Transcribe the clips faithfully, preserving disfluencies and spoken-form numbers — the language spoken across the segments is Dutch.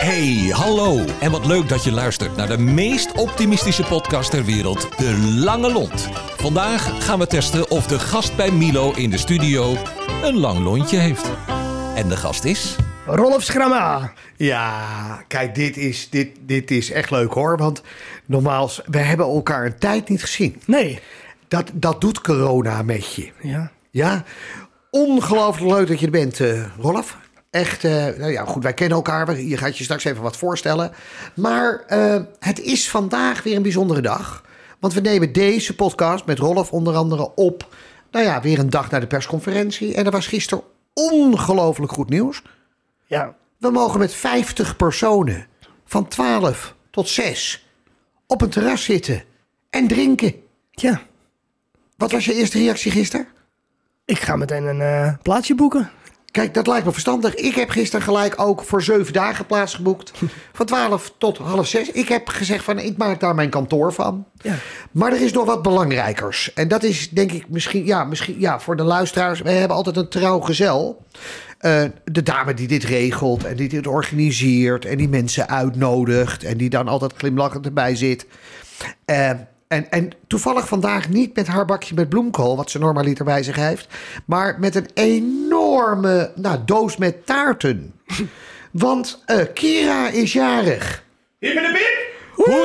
Hey, hallo. En wat leuk dat je luistert naar de meest optimistische podcast ter wereld, De Lange Lont. Vandaag gaan we testen of de gast bij Milo in de studio een lang lontje heeft. En de gast is... Rolf Schramma. Ja, kijk, dit is, dit, dit is echt leuk hoor. Want normaal, we hebben elkaar een tijd niet gezien. Nee. Dat, dat doet corona met je. Ja. Ja, ongelooflijk leuk dat je er bent, uh, Rolf. Echt, uh, nou ja, goed, wij kennen elkaar. Je gaat je straks even wat voorstellen. Maar uh, het is vandaag weer een bijzondere dag. Want we nemen deze podcast met Rolf onder andere op. Nou ja, weer een dag na de persconferentie. En er was gisteren ongelooflijk goed nieuws. Ja. We mogen met vijftig personen van twaalf tot zes op een terras zitten en drinken. Ja. Wat was je eerste reactie gisteren? Ik ga meteen een uh, plaatsje boeken. Kijk, dat lijkt me verstandig. Ik heb gisteren gelijk ook voor zeven dagen plaats geboekt. Van twaalf tot half zes. Ik heb gezegd van, ik maak daar mijn kantoor van. Ja. Maar er is nog wat belangrijkers. En dat is denk ik misschien, ja, misschien, ja, voor de luisteraars. We hebben altijd een trouw gezel. Uh, de dame die dit regelt en die dit organiseert. En die mensen uitnodigt. En die dan altijd glimlachend erbij zit. Uh, En, en toevallig vandaag niet met haar bakje met bloemkool, wat ze normaliter bij zich heeft, maar met een enorme nou, doos met taarten. Want uh, Kira is jarig. Hippiedepiep!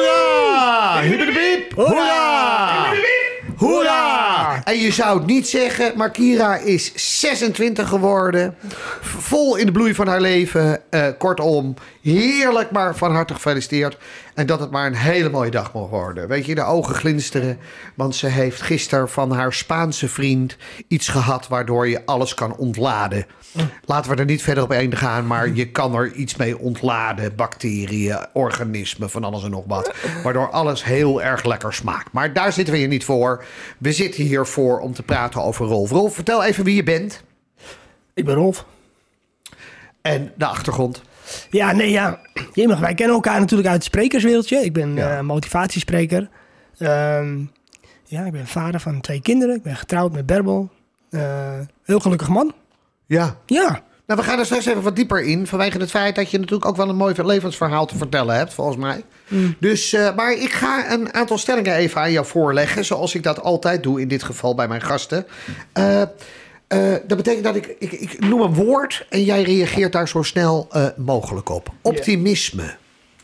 Hoera! Hippiedepiep! Hoera! Hoera! En je zou het niet zeggen, maar Kira is zesentwintig geworden. Vol in de bloei van haar leven. Uh, kortom, heerlijk, maar van harte gefeliciteerd. En dat het maar een hele mooie dag mag worden. Weet je, de ogen glinsteren. Want ze heeft gisteren van haar Spaanse vriend iets gehad waardoor je alles kan ontladen. Laten we er niet verder op ingaan, maar je kan er iets mee ontladen. Bacteriën, organismen, van alles en nog wat. Waardoor alles heel erg lekker smaakt. Maar daar zitten we hier niet voor. We zitten hier voor om te praten over Rolf. Rolf, vertel even wie je bent. Ik ben Rolf. En de achtergrond. Ja, nee, ja. Jemig, wij kennen elkaar natuurlijk uit het sprekerswereldje. Ik ben Ja. uh, motivatiespreker. Um, ja, ik ben vader van twee kinderen. Ik ben getrouwd met Berbel. Uh, heel gelukkig man. Ja. Ja. Nou, we gaan er straks even wat dieper in. Vanwege het feit dat je natuurlijk ook wel een mooi levensverhaal te vertellen hebt, volgens mij. Mm. Dus, uh, maar ik ga een aantal stellingen even aan jou voorleggen. Zoals ik dat altijd doe, in dit geval bij mijn gasten. Uh, uh, dat betekent dat ik, ik, ik noem een woord en jij reageert daar zo snel uh, mogelijk op. Optimisme. Yeah.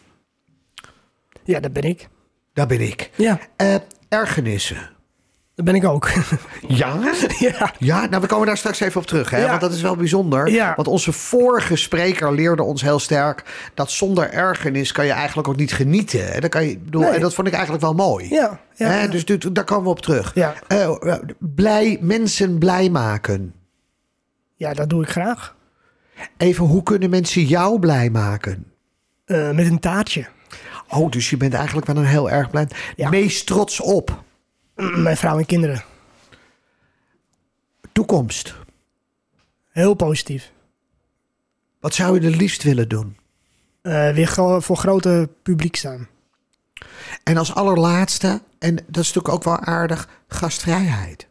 Ja, dat ben ik. Dat ben ik. Ja. Uh, ergernissen. Dat ben ik ook. Ja? Ja. Ja, nou we komen daar straks even op terug. Hè? Ja. Want dat is wel bijzonder. Ja. Want onze vorige spreker leerde ons heel sterk dat zonder ergernis kan je eigenlijk ook niet genieten. En, dan kan je, bedoel, Nee. en dat vond ik eigenlijk wel mooi. Ja. Ja, Hè? ja. Dus du- daar komen we op terug. Ja. Uh, blij, mensen blij maken. Ja, dat doe ik graag. Even, hoe kunnen mensen jou blij maken? Uh, met een taartje. Oh, dus je bent eigenlijk wel een heel erg blij. Ja. Meest trots op. Mijn vrouw en kinderen. Toekomst. Heel positief. Wat zou je het liefst willen doen? Uh, weer gewoon voor grote publiek staan. En als allerlaatste, en dat is natuurlijk ook wel aardig, gastvrijheid.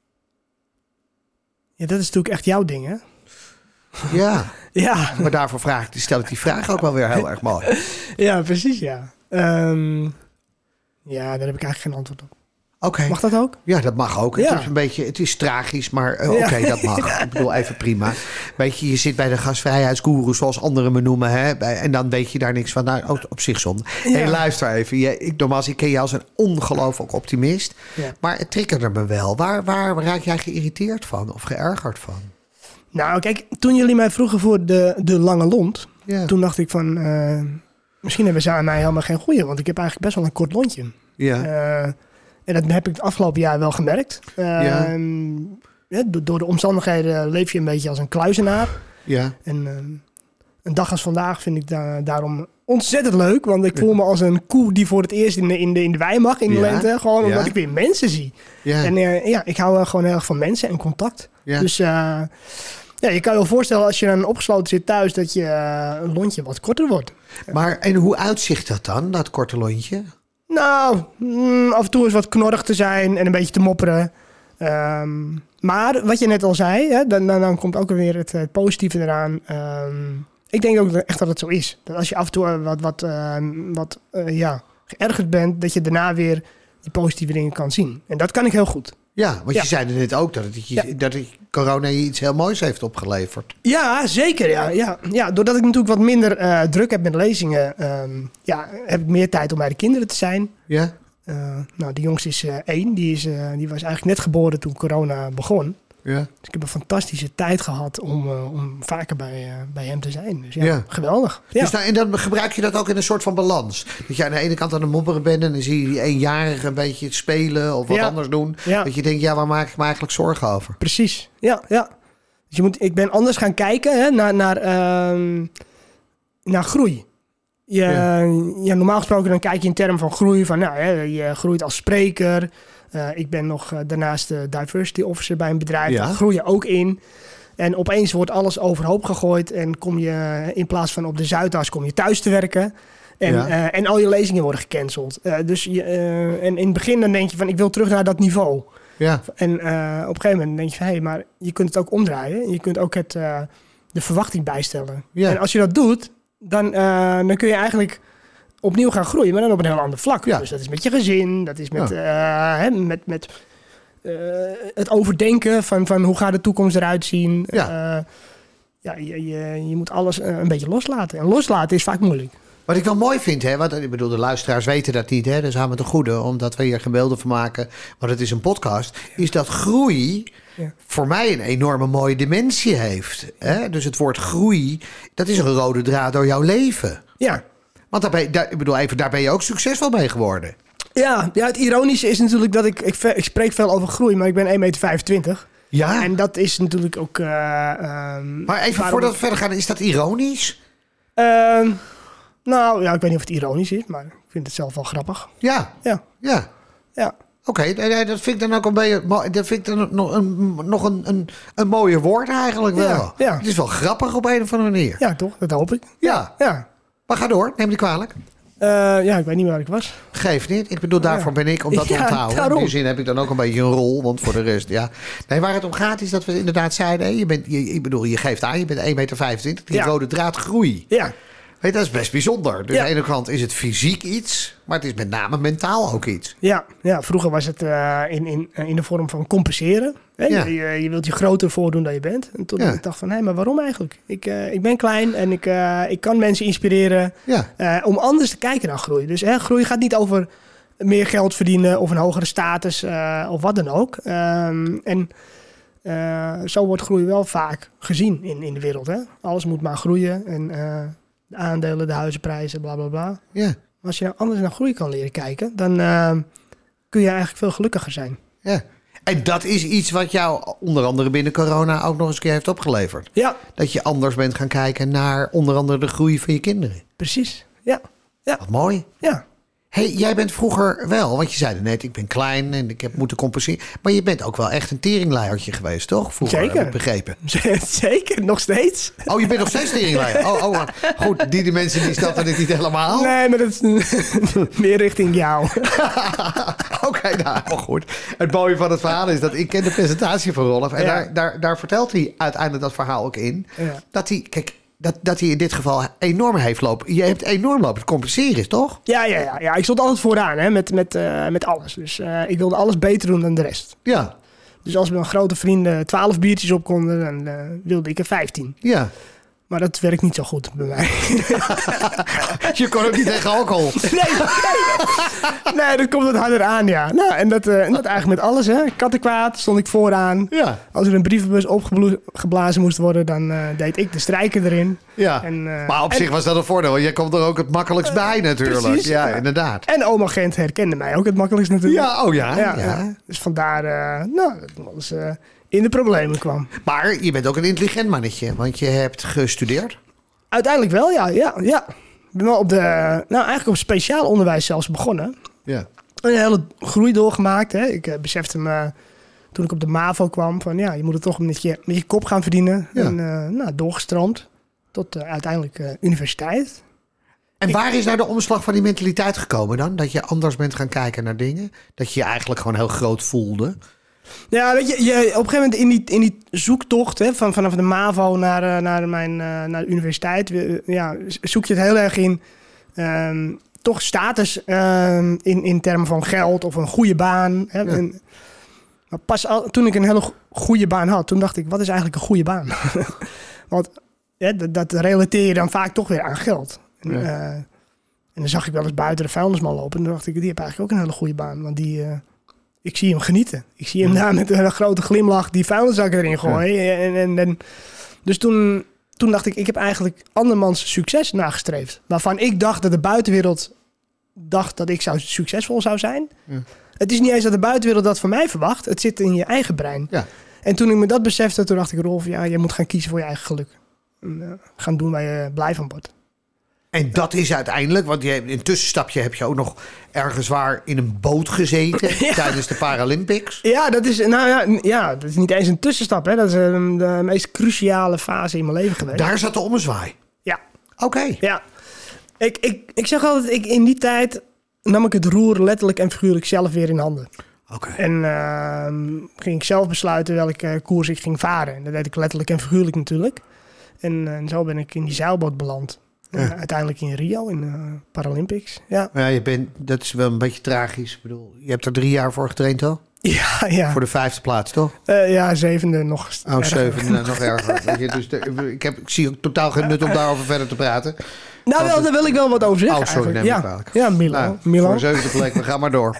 Ja, dat is natuurlijk echt jouw ding, hè? Ja, Ja, maar daarvoor vraag ik, stel ik die vraag ook wel weer heel erg mooi. ja precies, ja. Um, ja, daar heb ik eigenlijk geen antwoord op. Oké, okay. Mag dat ook? Ja, dat mag ook. Ja. Het is een beetje, het is tragisch, maar uh, oké, okay, Ja. dat mag. Ik bedoel, even prima. Weet je, je zit bij de gastvrijheidsgoeroe, zoals anderen me noemen, hè? En dan weet je daar niks van. Nou, op, op zich zonde. Ja. Hey, luister even. Je, ik, nogmaals, ik ken jou als een ongelooflijk optimist. Ja. Maar het triggerde me wel. Waar, waar raak jij geïrriteerd van of geërgerd van? Nou, kijk, toen jullie mij vroegen voor de, de lange lont, Ja. toen dacht ik van, uh, misschien hebben ze aan mij helemaal geen goeie, want ik heb eigenlijk best wel een kort lontje. Ja. Uh, en dat heb ik het afgelopen jaar wel gemerkt. Uh, Ja. Ja, do- door de omstandigheden leef je een beetje als een kluizenaar. Ja. En uh, een dag als vandaag vind ik da- daarom ontzettend leuk. Want ik voel me als een koe die voor het eerst in de, in de, in de wei mag in de Ja. lente. Gewoon omdat Ja. ik weer mensen zie. Ja. En uh, ja, ik hou uh, gewoon heel erg van mensen en contact. Ja. Dus uh, ja, je kan je wel voorstellen als je dan opgesloten zit thuis dat je uh, een lontje wat korter wordt. Maar en hoe uitzicht dat dan, dat korte lontje? Nou, mm, af en toe is wat knorrig te zijn en een beetje te mopperen. Um, maar wat je net al zei, hè, dan, dan, dan komt ook weer het, het positieve eraan. Um, ik denk ook echt dat het zo is. Dat als je af en toe wat, wat, uh, wat uh, ja, geërgerd bent, dat je daarna weer die positieve dingen kan zien. En dat kan ik heel goed. Ja, want ja. je zei net ook dat, het, je, ja. dat het corona je iets heel moois heeft opgeleverd. Ja, zeker. Ja. Ja. Ja, doordat ik natuurlijk wat minder uh, druk heb met lezingen, um, ja, heb ik meer tijd om bij de kinderen te zijn. Ja. Uh, nou, de jongste is uh, één. Die, is, uh, die was eigenlijk net geboren toen corona begon. Ja. Dus ik heb een fantastische tijd gehad om, uh, om vaker bij, uh, bij hem te zijn. Dus ja, ja. geweldig. Ja. Dus nou, en dan gebruik je dat ook in een soort van balans. Dat je aan de ene kant aan het mopperen bent en dan zie je die eenjarige een beetje spelen of wat ja. anders doen. Ja. Dat je denkt, ja, waar maak ik me eigenlijk zorgen over? Precies, ja. ja. Dus je moet, ik ben anders gaan kijken hè, naar, naar, uh, naar groei. Je, ja. ja, normaal gesproken dan kijk je in termen van groei. Van, nou, hè, je groeit als spreker. Uh, ik ben nog uh, daarnaast de diversity officer bij een bedrijf. Ja. Daar groei je ook in. En opeens wordt alles overhoop gegooid. En kom je in plaats van op de Zuidas kom je thuis te werken. En, ja. uh, en al je lezingen worden gecanceld. Uh, dus je, uh, en in het begin dan denk je van ik wil terug naar dat niveau. Ja. En uh, op een gegeven moment denk je van hé, hey, maar je kunt het ook omdraaien. Je kunt ook het, uh, de verwachting bijstellen. Ja. En als je dat doet, dan, uh, dan kun je eigenlijk opnieuw gaan groeien, maar dan op een heel ander vlak. Ja. Dus dat is met je gezin, dat is met, ja. uh, hè, met, met uh, het overdenken van, van hoe gaat de toekomst eruit zien. Ja. Uh, ja, je, je, je moet alles uh, een beetje loslaten. En loslaten is vaak moeilijk. Wat ik wel mooi vind, hè, want ik bedoel, de luisteraars weten dat niet, hè, dat is aan met de goede, omdat we hier geen beelden van maken, want het is een podcast, is dat groei ja. voor mij een enorme mooie dimensie heeft. Hè? Dus het woord groei, dat is een rode draad door jouw leven. Ja. Want daar ben je, daar, ik bedoel, even, daar ben je ook succesvol mee geworden. Ja, ja, het ironische is natuurlijk dat ik, ik, ik spreek veel over groei, maar ik ben één komma vijfentwintig meter. Ja. En dat is natuurlijk ook... Uh, um, maar even waarom... voordat we verder gaan, is dat ironisch? Uh, nou, ja, ik weet niet of het ironisch is, maar ik vind het zelf wel grappig. Ja. Ja. Ja. Ja. Oké, okay, dat vind ik dan ook een beetje, dat vind ik dan nog een, nog een, een, een mooie woord eigenlijk wel. Ja, ja. Het is wel grappig op een of andere manier. Ja, toch? Dat hoop ik. Ja. Ja. Maar ga door, neem die kwalijk. Uh, ja, ik weet niet meer waar ik was. Geeft niet. Ik bedoel, daarvoor ja. ben ik, om dat ja, te onthouden. Daarom. In die zin heb ik dan ook een beetje een rol, want voor de rest, ja. Nee, waar het om gaat is dat we inderdaad zeiden, hè, je bent, je, ik bedoel, je geeft aan, je bent één komma vijfentwintig meter. Die ja. rode draad groei. Ja. Weet, dat is best bijzonder. Dus ja. aan de ene kant is het fysiek iets, maar het is met name mentaal ook iets. Ja, ja vroeger was het uh, in, in, in de vorm van compenseren. Hè? Ja. Je, je wilt je groter voordoen dan je bent. En toen ja. ik dacht van, hé, maar waarom eigenlijk? Ik, uh, ik ben klein en ik, uh, ik kan mensen inspireren ja. uh, om anders te kijken naar groei. Dus hè, groei gaat niet over meer geld verdienen of een hogere status uh, of wat dan ook. Um, en uh, zo wordt groei wel vaak gezien in, in de wereld. Hè? Alles moet maar groeien en... Uh, de aandelen, de huizenprijzen, bla bla bla. Ja. Maar als je nou anders naar groei kan leren kijken, dan uh, kun je eigenlijk veel gelukkiger zijn. Ja. En dat is iets wat jou onder andere binnen corona ook nog eens een keer heeft opgeleverd. Ja. Dat je anders bent gaan kijken naar onder andere de groei van je kinderen. Precies, ja. ja. Wat mooi. Ja. Hey, jij bent vroeger wel, want je zei net, ik ben klein en ik heb moeten compenseren. Maar je bent ook wel echt een teringleiertje geweest, toch? Vroeger, Zeker. Heb ik begrepen. Zeker, nog steeds. Oh, je bent nog steeds teringleier? Oh, oh, goed, die dimensie die snappen het niet helemaal. Nee, maar dat is meer richting jou. Oké, okay, nou, maar goed. Het mooie van het verhaal is dat ik ken de presentatie van Rolf. En ja. daar, daar, daar vertelt hij uiteindelijk dat verhaal ook in. Ja. Dat hij, kijk... Dat, dat hij in dit geval enorm heeft lopen. Je hebt enorm lopen te compenseren, toch? Ja, ja, ja, ja. Ik stond altijd vooraan hè, met, met, uh, met alles. Dus uh, ik wilde alles beter doen dan de rest. Ja. Dus als mijn grote vrienden twaalf biertjes op konden, dan uh, wilde ik er vijftien. Ja. Maar dat werkt niet zo goed bij mij. Je kon ook niet tegen alcohol. Nee, nee. nee, dat komt wat harder aan, ja. Nou, en dat, uh, en dat eigenlijk met alles, hè. Kattenkwaad stond ik vooraan. Ja. Als er een brievenbus opgeblazen moest worden, dan uh, deed ik de strijker erin. Ja, en, uh, maar op en, zich was dat een voordeel. Want jij komt er ook het makkelijkst uh, bij natuurlijk. Precies, ja, ja, inderdaad. En oma Gent herkende mij ook het makkelijkst natuurlijk. Ja, oh ja. ja, ja. ja. Dus vandaar, uh, nou, dat was... Uh, in de problemen kwam. Maar je bent ook een intelligent mannetje, want je hebt gestudeerd. Uiteindelijk wel, ja. ja, ja. Ik ben wel op de, nou eigenlijk op speciaal onderwijs zelfs begonnen. Ja. Een hele groei doorgemaakt. Hè. Ik uh, besefte me toen ik op de MAVO kwam van ja, je moet het toch met je, met je kop gaan verdienen. Ja. En uh, nou, doorgestroomd tot uh, uiteindelijk uh, universiteit. En waar is nou de omslag van die mentaliteit gekomen dan? Dat je anders bent gaan kijken naar dingen? Dat je je eigenlijk gewoon heel groot voelde? Ja, weet je, je op een gegeven moment in die, in die zoektocht, hè, van, vanaf de MAVO naar, naar, mijn, uh, naar de universiteit, ja, zoek je het heel erg in um, toch status um, in, in termen van geld of een goede baan. Hè, ja. en, maar pas al, toen ik een hele goede baan had, toen dacht ik, wat is eigenlijk een goede baan? Want ja, dat, dat relateer je dan vaak toch weer aan geld. En, ja. uh, en dan zag ik wel eens buiten de vuilnisman lopen en dan dacht ik, die heeft eigenlijk ook een hele goede baan, want die... Uh, Ik zie hem genieten. Ik zie hem daar met een grote glimlach die vuilniszakken erin gooien. Ja. En, en, en, dus toen, toen dacht ik, ik heb eigenlijk andermans succes nagestreefd. Waarvan ik dacht dat de buitenwereld dacht dat ik zou succesvol zou zijn. Ja. Het is niet eens dat de buitenwereld dat van mij verwacht. Het zit in je eigen brein. Ja. En toen ik me dat besefte, toen dacht ik, Rolf, ja, je moet gaan kiezen voor je eigen geluk. En, uh, gaan doen waar je blij van wordt. En dat is uiteindelijk, want je, in een tussenstapje heb je ook nog ergens waar in een boot gezeten ja. tijdens de Paralympics. Ja, dat is, nou ja, ja, dat is niet eens een tussenstap. Hè. Dat is um, de meest cruciale fase in mijn leven geweest. Daar zat de ommezwaai? Ja. Oké. Okay. Ja. Ik, ik, ik zeg altijd, ik, in die tijd nam ik het roer letterlijk en figuurlijk zelf weer in handen. Oké. Okay. En uh, ging ik zelf besluiten welke koers ik ging varen. En dat deed ik letterlijk en figuurlijk natuurlijk. En, en zo ben ik in die zeilboot beland. Ja. Uiteindelijk in Rio, in de Paralympics. Ja. Ja, je bent, dat is wel een beetje tragisch. Ik bedoel, je hebt er drie jaar voor getraind, toch? Ja, ja. Voor de vijfde plaats, toch? Uh, ja, zevende nog Oh, erger. zevende nog erger. Weet je, dus de, ik, heb, ik zie ook totaal geen nut om daarover verder te praten. Nou, wel, daar wil ik wel wat over zeggen. Oh, sorry, neem ja. ik kwalijk. Ja, Milan. Nou, Milan. voor de zevende plek, we gaan maar door.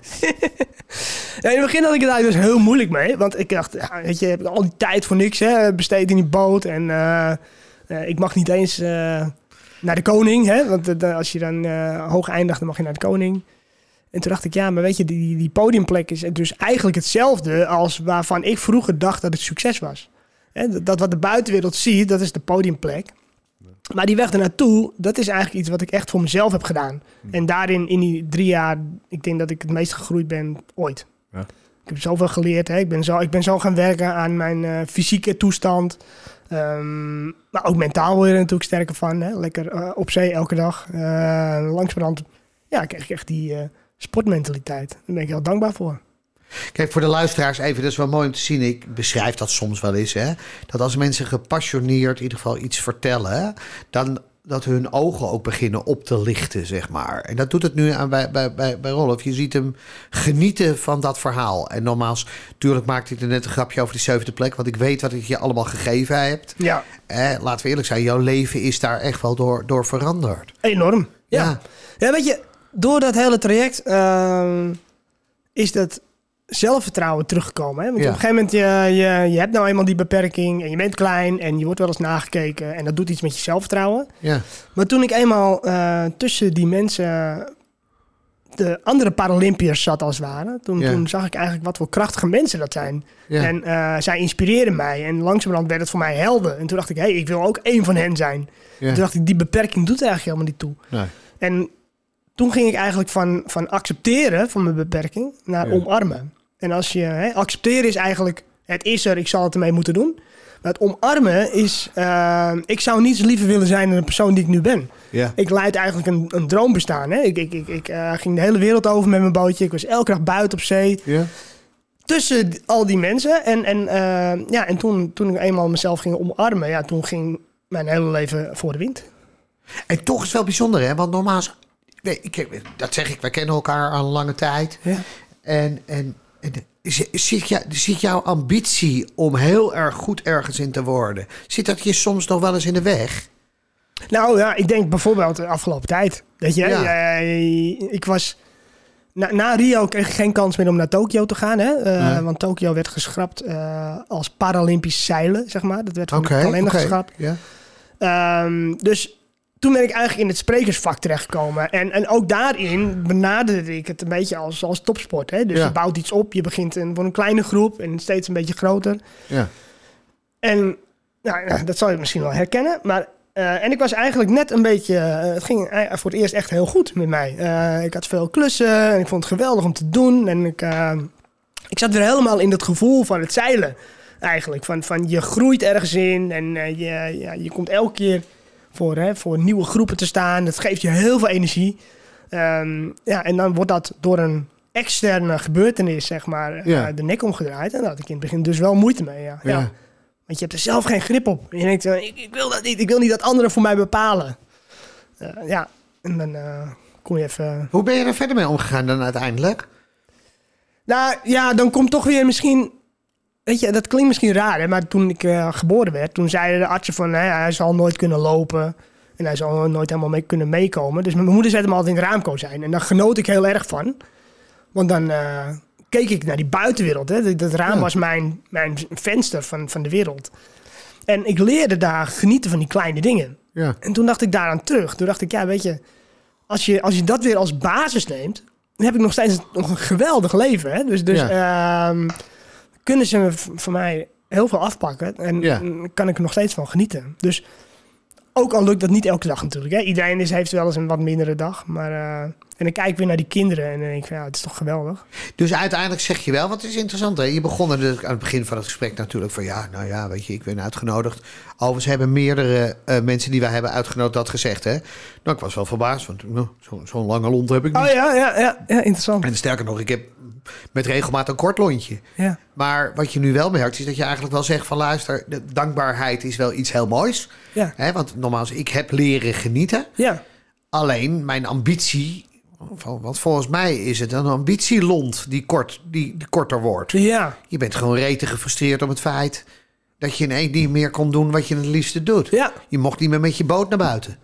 Ja, in het begin had ik het eigenlijk dus heel moeilijk mee. Want ik dacht, ja, weet je, je hebt al die tijd voor niks hè, besteed in die boot. En uh, uh, ik mag niet eens... Uh, naar de koning, hè? Want uh, als je dan uh, hoog eindigt, dan mag je naar de koning. En toen dacht ik, ja, maar weet je, die, die podiumplek is dus eigenlijk hetzelfde als waarvan ik vroeger dacht dat het succes was. Hè? Dat wat de buitenwereld ziet, dat is de podiumplek. Maar die weg ernaartoe, dat is eigenlijk iets wat ik echt voor mezelf heb gedaan. En daarin, in die drie jaar, ik denk dat ik het meest gegroeid ben ooit. Ja. Ik heb zoveel geleerd. Hè? Ik, ben zo, ik ben zo gaan werken aan mijn uh, fysieke toestand. Um, maar ook mentaal word je er natuurlijk sterker van. Hè? Lekker uh, op zee elke dag. Uh, langzamerhand ja, kreeg ik echt die uh, sportmentaliteit. Daar ben ik heel dankbaar voor. Kijk, voor de luisteraars even, dat is wel mooi om te zien. Ik beschrijf dat soms wel eens. Hè? Dat als mensen gepassioneerd in ieder geval iets vertellen, dan dat hun ogen ook beginnen op te lichten, zeg maar. En dat doet het nu aan bij, bij, bij, bij Rolf. Je ziet hem genieten van dat verhaal. En nogmaals, natuurlijk maakte ik er net een grapje over die zevende plek, want ik weet wat ik je allemaal gegeven hebt. Ja. Eh, laten we eerlijk zijn, jouw leven is daar echt wel door, door veranderd. Enorm. Ja. Ja. Ja, weet je, door dat hele traject uh, is dat zelfvertrouwen teruggekomen. Hè? Want ja. op een gegeven moment, je, je, je hebt nou eenmaal die beperking en je bent klein en je wordt wel eens nagekeken en dat doet iets met je zelfvertrouwen. Ja. Maar toen ik eenmaal uh, tussen die mensen, de andere Paralympiërs zat als het ware, toen, ja. toen zag ik eigenlijk wat voor krachtige mensen dat zijn. Ja. En uh, zij inspireerden mij en langzamerhand werd het voor mij helder. En toen dacht ik, hé, hey, ik wil ook één van hen zijn. Ja. Toen dacht ik, die beperking doet er eigenlijk helemaal niet toe. Nee. En toen ging ik eigenlijk van, van accepteren van mijn beperking naar ja. omarmen. En als je hè, accepteren is eigenlijk, het is er, ik zal het ermee moeten doen. Maar het omarmen is, uh, ik zou niets liever willen zijn dan de persoon die ik nu ben. Ja. Ik leid eigenlijk een, een droombestaan. Hè? Ik, ik, ik, ik uh, ging de hele wereld over met mijn bootje. Ik was elke dag buiten op zee. Ja. Tussen al die mensen. En, en, uh, ja, en toen, toen ik eenmaal mezelf ging omarmen, ja, toen ging mijn hele leven voor de wind. En toch is het wel bijzonder, hè? Want normaal, nee, ik, dat zeg ik, wij kennen elkaar al een lange tijd. Ja. En, en, en zit, jou, zit jouw ambitie om heel erg goed ergens in te worden, zit dat je soms nog wel eens in de weg? Nou ja, ik denk bijvoorbeeld de afgelopen tijd. Weet je, ja. uh, ik was... Na, na Rio kreeg ik geen kans meer om naar Tokio te gaan. Hè? Uh, nee. Want Tokio werd geschrapt uh, als Paralympisch zeilen, zeg maar. Dat werd van okay, de kalender okay. geschrapt. Yeah. Um, dus toen ben ik eigenlijk in het sprekersvak terechtgekomen. En, en ook daarin benaderde ik het een beetje als, als topsport. Hè? Dus ja. je bouwt iets op, je begint een, voor een kleine groep en steeds een beetje groter. Ja. En nou, dat zal je misschien wel herkennen. Maar, uh, en ik was eigenlijk net een beetje... Uh, het ging voor het eerst echt heel goed met mij. Uh, ik had veel klussen en ik vond het geweldig om te doen. En ik, uh, ik zat weer helemaal in dat gevoel van het zeilen eigenlijk. Van, van je groeit ergens in en uh, je, ja, je komt elke keer voor, hè, voor nieuwe groepen te staan. Dat geeft je heel veel energie. Um, ja, en dan wordt dat door een externe gebeurtenis, zeg maar, Ja. uh, de nek omgedraaid. En daar had ik in het begin dus wel moeite mee, ja. Ja. ja. Want je hebt er zelf geen grip op. En je denkt, uh, ik, ik wil dat niet. Ik wil niet dat anderen voor mij bepalen. Uh, ja, en dan uh, kon je even... Hoe ben je er verder mee omgegaan dan uiteindelijk? Nou, ja, dan komt toch weer misschien... Weet je, dat klinkt misschien raar, hè, maar toen ik uh, geboren werd... toen zeiden de artsen van, hè, hij zal nooit kunnen lopen... en hij zal nooit helemaal mee kunnen meekomen. Dus mijn moeder zette hem altijd in het raamkozijn. En daar genoot ik heel erg van. Want dan uh, keek ik naar die buitenwereld. Hè. Dat, dat raam Ja. was mijn, mijn venster van, van de wereld. En ik leerde daar genieten van die kleine dingen. Ja. En toen dacht ik daaraan terug. Toen dacht ik, ja, weet je... als je, als je dat weer als basis neemt... dan heb ik nog steeds nog een geweldig leven. Hè. Dus, dus Ja. uh, kunnen ze me v- van mij heel veel afpakken. En Ja. kan ik er nog steeds van genieten. Dus ook al lukt dat niet elke dag natuurlijk. Hè. Iedereen is, heeft wel eens een wat mindere dag. Maar, uh, en dan kijk ik weer naar die kinderen. En dan denk ik, ja, het is toch geweldig. Dus uiteindelijk zeg je wel, want het is interessant. Hè? Je begon er dus aan het begin van het gesprek natuurlijk van... ja, nou ja, weet je, ik ben uitgenodigd. Overigens hebben meerdere uh, mensen die wij hebben uitgenodigd dat gezegd. Hè? Nou, ik was wel verbaasd, want nou, zo, zo'n lange lont heb ik niet. Oh ja, ja, ja, ja, interessant. En sterker nog, ik heb met regelmaat een kort lontje. Ja. Maar wat je nu wel merkt, is dat je eigenlijk wel zegt van... luister, de dankbaarheid is wel iets heel moois. Ja. Hè? Want nogmaals, ik heb leren genieten. Ja. Alleen mijn ambitie... want volgens mij is het een ambitielont die, kort, die, die korter wordt. Ja. Je bent gewoon rete gefrustreerd om het feit... dat je in één niet meer kon doen wat je het liefste doet. Ja. Je mocht niet meer met je boot naar buiten.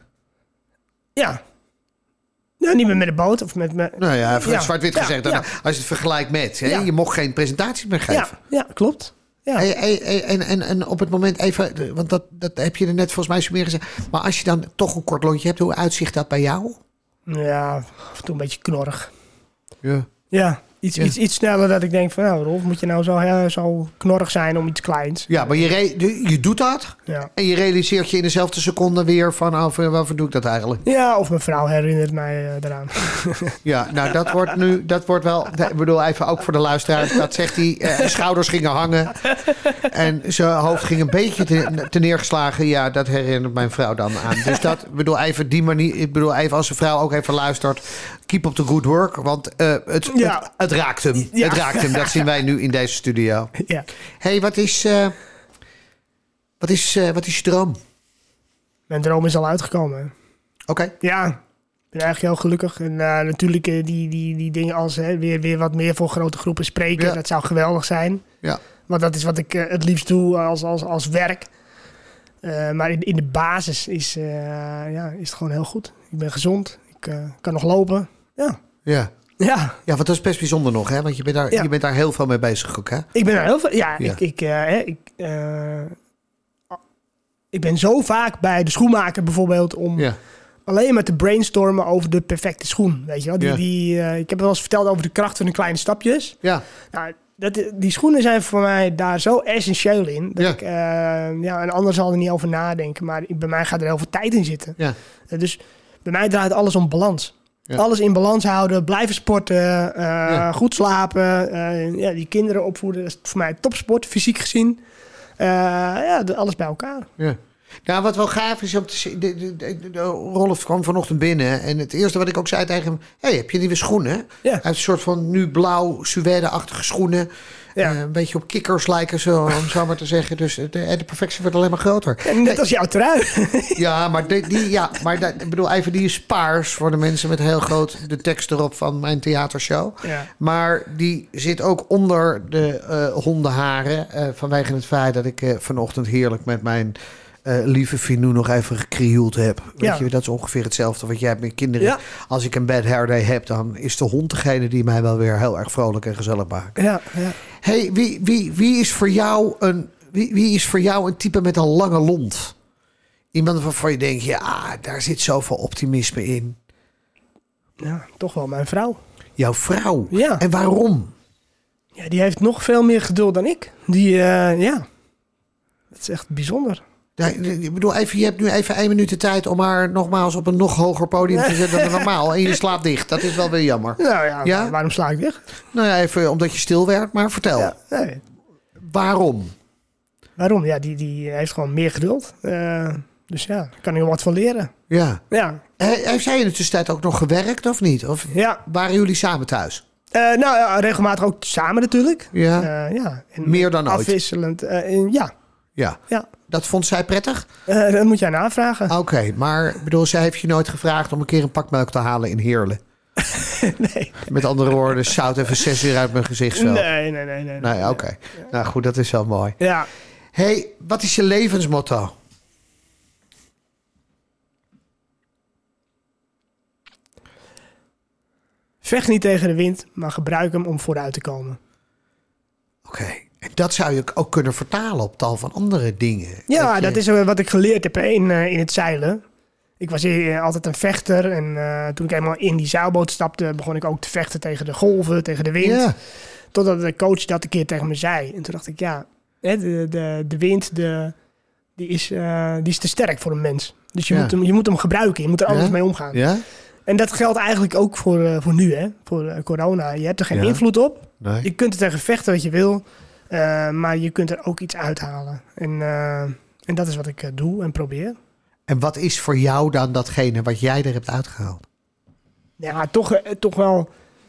Ja. Nou, niet meer met de boot of met... met Nou ja, Ja. zwart-wit Ja, gezegd. Dan, ja. Als je het vergelijkt met... Hè, Ja. je mocht geen presentaties meer geven. ja, ja, klopt. Ja. Hey, hey, hey, en, en, en op het moment even... want dat, dat heb je er net volgens mij zo meer gezegd... maar als je dan toch een kort lontje hebt... hoe uitzicht dat bij jou? Ja, af en toe een beetje knorrig. Ja. Ja, iets, Ja. Iets, iets sneller dat ik denk van... nou, Rolf, moet je nou zo, ja, zo knorrig zijn om iets kleins? Ja, maar je, re- je doet dat... Ja. en je realiseert je in dezelfde seconde weer... van oh, waarvoor doe ik dat eigenlijk? Ja, of mijn vrouw herinnert mij uh, eraan. Ja, nou dat wordt nu, dat wordt wel, ik bedoel even ook voor de luisteraars, dat zegt hij, eh, schouders gingen hangen en zijn hoofd ging een beetje te, te neergeslagen. Ja, dat herinnert mijn vrouw dan aan. Dus dat, ik bedoel even die manier, ik bedoel even als een vrouw ook even luistert, keep up the good work, want uh, het, Ja. het, het raakt hem. Ja. Het raakt hem, dat zien wij nu in deze studio. Ja. Hey, wat is, uh, wat is, uh, wat is je droom? Mijn droom is al uitgekomen. Oké. Okay. Ja, ik ben eigenlijk heel gelukkig. En uh, natuurlijk uh, die, die, die dingen als hè, weer, weer wat meer voor grote groepen spreken. Ja. Dat zou geweldig zijn. Ja. Want dat is wat ik uh, het liefst doe als, als, als werk. Uh, maar in, in de basis is, uh, ja, is het gewoon heel goed. Ik ben gezond. Ik uh, kan nog lopen. Ja. Ja. Ja. Ja, want dat is best bijzonder nog, hè? Want je bent daar, Ja. je bent daar heel veel mee bezig ook, hè? Ik ben er heel veel... Ja, Ja. ik... ik, uh, hè, ik uh, ik ben zo vaak bij de schoenmaker bijvoorbeeld om Ja. alleen maar te brainstormen over de perfecte schoen. Weet je wel? Die, Ja. die, uh, ik heb wel eens verteld over de kracht van de kleine stapjes. Ja. Nou, dat, die schoenen zijn voor mij daar zo essentieel in. Dat Ja. ik, uh, ja, een ander zal er niet over nadenken. Maar bij mij gaat er heel veel tijd in zitten. Ja. Uh, dus bij mij draait alles om balans. Ja. Alles in balans houden, blijven sporten, uh, Ja. goed slapen. Uh, ja, die kinderen opvoeden, dat is voor mij topsport, fysiek gezien. Uh, ja, de- alles bij elkaar. Ja. Nou, wat wel gaaf is om te zien. De, de, de, de- Rolf kwam vanochtend binnen. En het eerste wat ik ook zei tegen hem. Hé, hey, heb je nieuwe schoenen? Ja. Hij heeft een soort van nu blauw suède-achtige schoenen. Ja. Uh, een beetje op kikkers lijken, zo, om zo maar te zeggen. Dus de, de perfectie wordt alleen maar groter. En net als jouw trui. Ja, maar, de, die, ja, maar de, ik bedoel, even die is paars voor de mensen met heel groot de tekst erop van mijn theatershow. Ja. Maar die zit ook onder de uh, hondenharen. Uh, vanwege het feit dat ik uh, vanochtend heerlijk met mijn uh, lieve Finou nog even gekrioeld heb. Weet Ja. je, dat is ongeveer hetzelfde wat jij hebt met kinderen. Ja. Als ik een bad hair day heb, dan is de hond degene die mij wel weer heel erg vrolijk en gezellig maakt. Ja, ja. Hey, wie, wie, wie, is voor jou een, wie, wie is voor jou een type met een lange lont? Iemand waarvan je denkt, ja, daar zit zoveel optimisme in. Ja, toch wel mijn vrouw. Jouw vrouw. Ja. En waarom? Ja, die heeft nog veel meer geduld dan ik. Die, uh, ja, dat is echt bijzonder. Ja, ik bedoel, even, je hebt nu even één minuut de tijd om haar nogmaals op een nog hoger podium te zetten dan normaal. En je slaapt dicht. Dat is wel weer jammer. Nou ja, Ja? waarom sla ik weg? Nou ja, even omdat je stil werd, maar vertel. Ja, nee. Waarom? Waarom? Ja, die, die heeft gewoon meer geduld. Uh, dus ja, daar kan ik er wat van leren. Ja. Ja, He- Heeft zij in de tussentijd ook nog gewerkt of niet? Of ja. waren jullie samen thuis? Uh, nou, ja, regelmatig ook samen natuurlijk. Ja. Uh, ja. En meer dan ooit? Afwisselend. Uh, in, ja. ja. Ja. Dat vond zij prettig? Uh, dat moet jij navragen. Oké, okay, maar bedoel, zij heeft je nooit gevraagd om een keer een pak melk te halen in Heerlen? Nee. Met andere woorden, zout even zes uur uit mijn gezichtsveld. Nee, nee, nee. Nee, nee oké. Okay. Ja. Nou goed, dat is wel mooi. Ja. Hey, wat is je levensmotto? Vecht niet tegen de wind, maar gebruik hem om vooruit te komen. Oké. Okay. En dat zou je ook kunnen vertalen op tal van andere dingen. Ja, dat, dat je... is wat ik geleerd heb in, uh, in het zeilen. Ik was hier altijd een vechter. En uh, toen ik eenmaal in die zeilboot stapte, begon ik ook te vechten tegen de golven, tegen de wind. Ja. Totdat de coach dat een keer tegen me zei. En toen dacht ik, ja, de, de, de wind de, die is, uh, die is te sterk voor een mens. Dus je, ja. moet, hem, je moet hem gebruiken. Je moet er anders ja. mee omgaan. Ja? En dat geldt eigenlijk ook voor, uh, voor nu, hè? Voor uh, corona. Je hebt er geen ja. invloed op. Nee. Je kunt er tegen vechten wat je wil. Uh, maar je kunt er ook iets uithalen. En, uh, en dat is wat ik uh, doe en probeer. En wat is voor jou dan datgene wat jij er hebt uitgehaald? Ja, toch, uh, toch wel...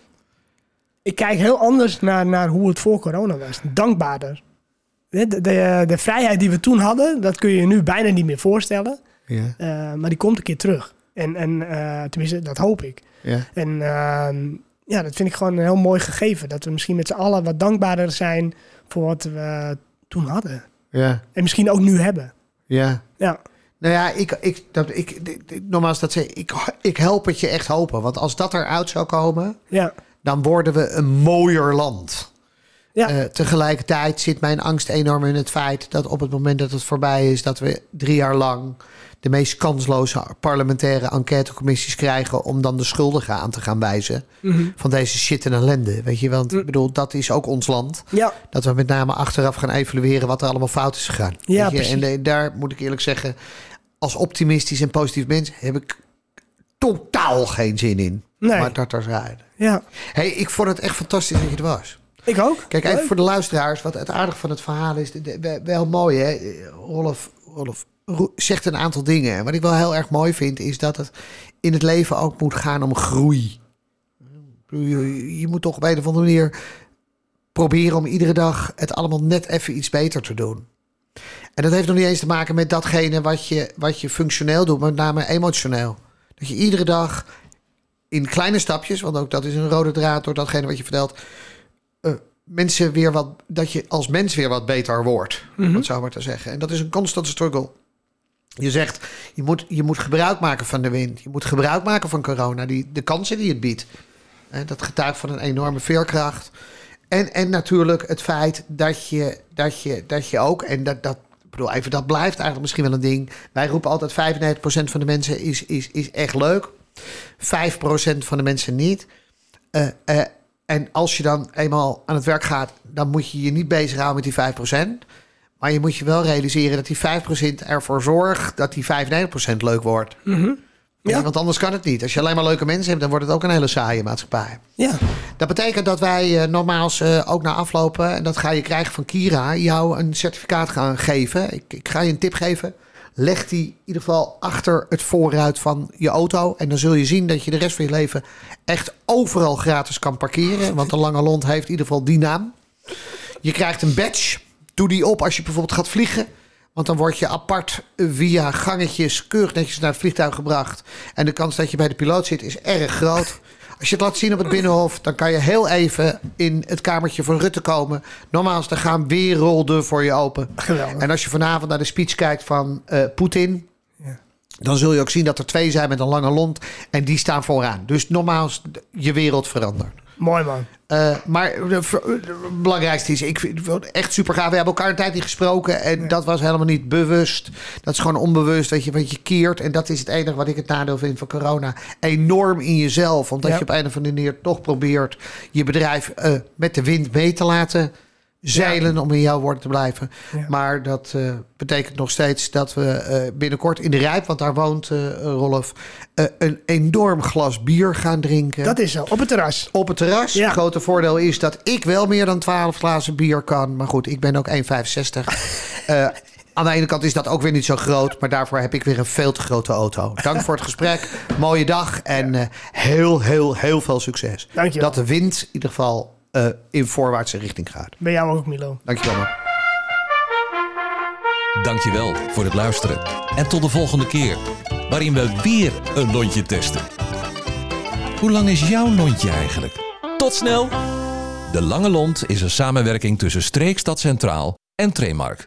Ik kijk heel anders naar, naar hoe het voor corona was. Dankbaarder. De, de, de, de vrijheid die we toen hadden, dat kun je je nu bijna niet meer voorstellen. Ja. Uh, maar die komt een keer terug. En, en uh, tenminste, dat hoop ik. Ja. En uh, ja, dat vind ik gewoon een heel mooi gegeven. Dat we misschien met z'n allen wat dankbaarder zijn voor wat we toen hadden. Ja. En misschien ook nu hebben. Ja. Ja. Nou ja, ik, ik, dat, ik, ik, nogmaals, dat zeg, ik, ik help het je echt hopen. Want als dat eruit zou komen, ja. dan worden we een mooier land. Ja. Uh, tegelijkertijd zit mijn angst enorm in het feit dat op het moment dat het voorbij is, dat we drie jaar lang de meest kansloze parlementaire enquêtecommissies krijgen om dan de schuldigen aan te gaan wijzen mm-hmm. van deze shit en ellende. Weet je, want ik bedoel, dat is ook ons land. Ja. Dat we met name achteraf gaan evalueren wat er allemaal fout is gegaan. Ja, weet je? En de, daar moet ik eerlijk zeggen, als optimistisch en positief mens heb ik totaal geen zin in. Nee. Maar dat er zijn. Ja. Hey, ik vond het echt fantastisch dat je er was. Ik ook. Kijk, even voor de luisteraars, wat het aardige van het verhaal is, de, de, wel mooi hè. Rolf, Rolf zegt een aantal dingen. En wat ik wel heel erg mooi vind, is dat het in het leven ook moet gaan om groei. Je, je moet toch op een of andere manier proberen om iedere dag het allemaal net even iets beter te doen. En dat heeft nog niet eens te maken met datgene wat je, wat je functioneel doet, maar met name emotioneel. Dat je iedere dag in kleine stapjes, want ook dat is een rode draad door datgene wat je vertelt, uh, mensen weer wat, dat je als mens weer wat beter wordt, mm-hmm. om het zo maar te zeggen. En dat is een constante struggle. Je zegt, je moet, je moet gebruik maken van de wind. Je moet gebruik maken van corona, die, de kansen die het biedt. En dat getuigt van een enorme veerkracht. En, en natuurlijk het feit dat je, dat je, dat je ook, en dat, dat, ik bedoel, even, dat blijft eigenlijk misschien wel een ding. Wij roepen altijd vijfennegentig procent van de mensen is, is, is echt leuk. vijf procent van de mensen niet. Uh, uh, en als je dan eenmaal aan het werk gaat, dan moet je je niet bezighouden met die vijf procent. Maar je moet je wel realiseren dat die vijf procent ervoor zorgt dat die vijfennegentig procent leuk wordt. Mm-hmm. Ja. Want anders kan het niet. Als je alleen maar leuke mensen hebt, dan wordt het ook een hele saaie maatschappij. Ja. Dat betekent dat wij uh, nogmaals uh, ook na aflopen, en dat ga je krijgen van Kira, jou een certificaat gaan geven. Ik, ik ga je een tip geven. Leg die in ieder geval achter het voorruit van je auto. En dan zul je zien dat je de rest van je leven echt overal gratis kan parkeren. Want de Lange Lont heeft in ieder geval die naam. Je krijgt een badge. Doe die op als je bijvoorbeeld gaat vliegen. Want dan word je apart via gangetjes keurig netjes naar het vliegtuig gebracht. En de kans dat je bij de piloot zit is erg groot. Als je het laat zien op het Binnenhof, dan kan je heel even in het kamertje van Rutte komen. Nogmaals, dan gaan werelden voor je open. Geweldig. En als je vanavond naar de speech kijkt van uh, Poetin, ja. dan zul je ook zien dat er twee zijn met een lange lont. En die staan vooraan. Dus nogmaals, je wereld verandert. Mooi man. Uh, maar het belangrijkste is, ik vind het echt super gaaf. We hebben elkaar een tijd niet gesproken en ja. dat was helemaal niet bewust. Dat is gewoon onbewust, weet je, wat je keert. En dat is het enige wat ik het nadeel vind van corona. Enorm in jezelf, omdat ja. je op een of andere manier toch probeert je bedrijf uh, met de wind mee te laten zeilen, ja. om in jouw woorden te blijven. Ja. Maar dat uh, betekent nog steeds dat we uh, binnenkort in de Rijp, want daar woont uh, Rolf, uh, een enorm glas bier gaan drinken. Dat is zo, op het terras. Op het terras. Ja. Het grote voordeel is dat ik wel meer dan twaalf glazen bier kan. Maar goed, ik ben ook één komma vijfenzestig. uh, Aan de ene kant is dat ook weer niet zo groot, maar daarvoor heb ik weer een veel te grote auto. Dank voor het gesprek. Mooie dag en uh, heel, heel, heel veel succes. Dank je wel. Dat de wind in ieder geval uh, in voorwaartse richting gaat. Bij jou ook, Milo. Dank je wel, man. Dankjewel voor het luisteren. En tot de volgende keer, waarin we weer een lontje testen. Hoe lang is jouw lontje eigenlijk? Tot snel! De Lange Lont is een samenwerking tussen Streekstad Centraal en Tremark.